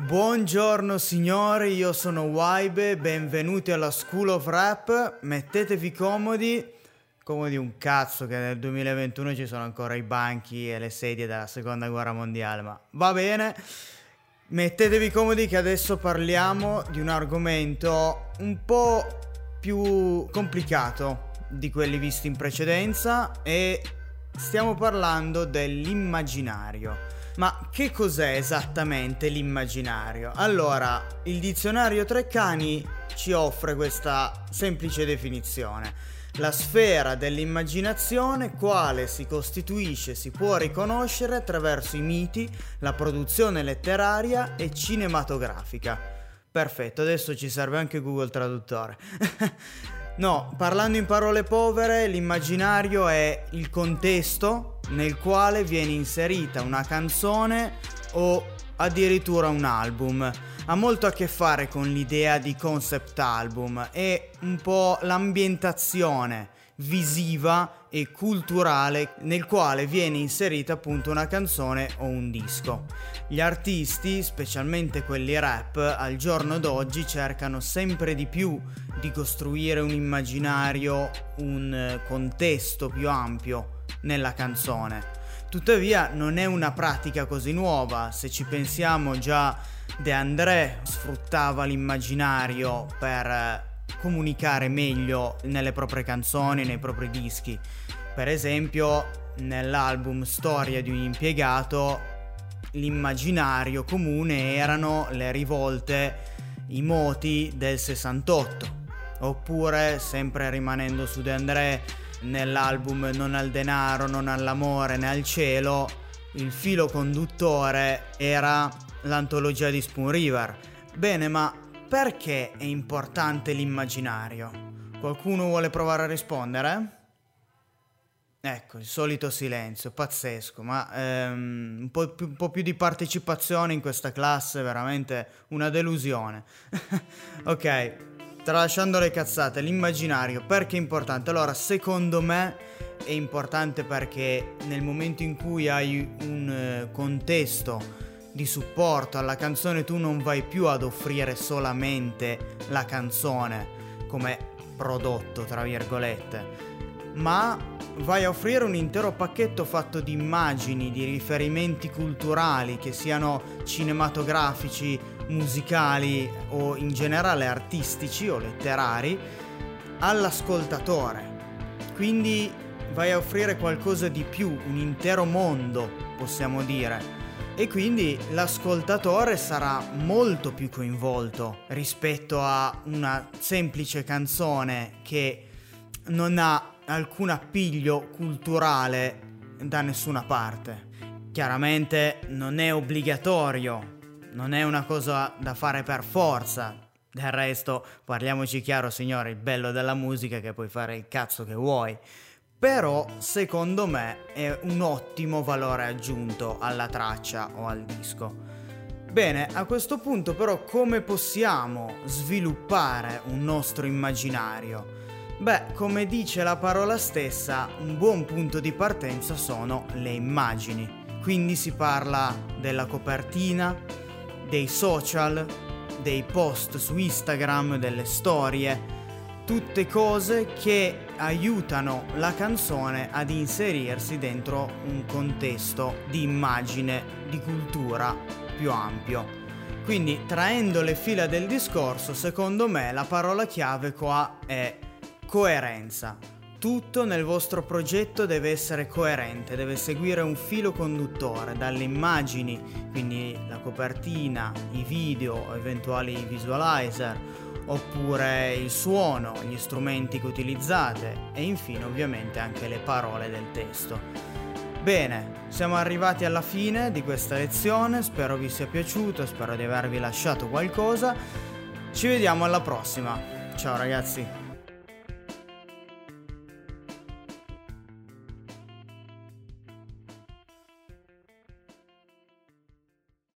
Buongiorno signori, io sono Waibe, benvenuti alla School of Rap, mettetevi comodi un cazzo che nel 2021 ci sono ancora i banchi e le sedie della seconda guerra mondiale, ma va bene, mettetevi comodi che adesso parliamo di un argomento un po' più complicato di quelli visti in precedenza e stiamo parlando dell'immaginario. Ma che cos'è esattamente l'immaginario? Allora, il dizionario Treccani ci offre questa semplice definizione. La sfera dell'immaginazione, quale si costituisce, si può riconoscere attraverso i miti, la produzione letteraria e cinematografica. Perfetto, adesso ci serve anche Google Traduttore. No, parlando in parole povere, l'immaginario è il contesto nel quale viene inserita una canzone o addirittura un album. Ha molto a che fare con l'idea di concept album e un po' l'ambientazione visiva e culturale nel quale viene inserita appunto una canzone o un disco. Gli artisti, specialmente quelli rap, al giorno d'oggi cercano sempre di più di costruire un immaginario, un contesto più ampio nella canzone. Tuttavia non è una pratica così nuova. Se ci pensiamo, già De André sfruttava l'immaginario per comunicare meglio nelle proprie canzoni, nei propri dischi. Per esempio, nell'album Storia di un impiegato, l'immaginario comune erano le rivolte, i moti del 68. Oppure, sempre rimanendo su De André, nell'album Non al denaro, non all'amore né al cielo, il filo conduttore era l'antologia di Spoon River. Bene, ma perché è importante l'immaginario? Qualcuno vuole provare a rispondere? Ecco, il solito silenzio, pazzesco, ma un po' più di partecipazione in questa classe, veramente una delusione. Ok, tralasciando le cazzate, l'immaginario, perché è importante? Allora, secondo me è importante perché nel momento in cui hai un contesto di supporto alla canzone, tu non vai più ad offrire solamente la canzone come prodotto, tra virgolette, ma vai a offrire un intero pacchetto fatto di immagini, di riferimenti culturali, che siano cinematografici, musicali o in generale artistici o letterari, all'ascoltatore. Quindi vai a offrire qualcosa di più, un intero mondo, possiamo dire. E quindi l'ascoltatore sarà molto più coinvolto rispetto a una semplice canzone che non ha alcun appiglio culturale da nessuna parte. Chiaramente non è obbligatorio, non è una cosa da fare per forza. Del resto, parliamoci chiaro signore, il bello della musica è che puoi fare il cazzo che vuoi. Però secondo me è un ottimo valore aggiunto alla traccia o al disco. Bene, a questo punto però come possiamo sviluppare un nostro immaginario? Beh, come dice la parola stessa, un buon punto di partenza sono le immagini. Quindi si parla della copertina, dei social, dei post su Instagram, delle storie, tutte cose che aiutano la canzone ad inserirsi dentro un contesto di immagine, di cultura più ampio. Quindi, traendo le fila del discorso, secondo me la parola chiave qua è coerenza. Tutto nel vostro progetto deve essere coerente, deve seguire un filo conduttore, dalle immagini, quindi la copertina, i video, eventuali visualizer, oppure il suono, gli strumenti che utilizzate e infine ovviamente anche le parole del testo. Bene, siamo arrivati alla fine di questa lezione, spero vi sia piaciuto, spero di avervi lasciato qualcosa. Ci vediamo alla prossima. Ciao ragazzi.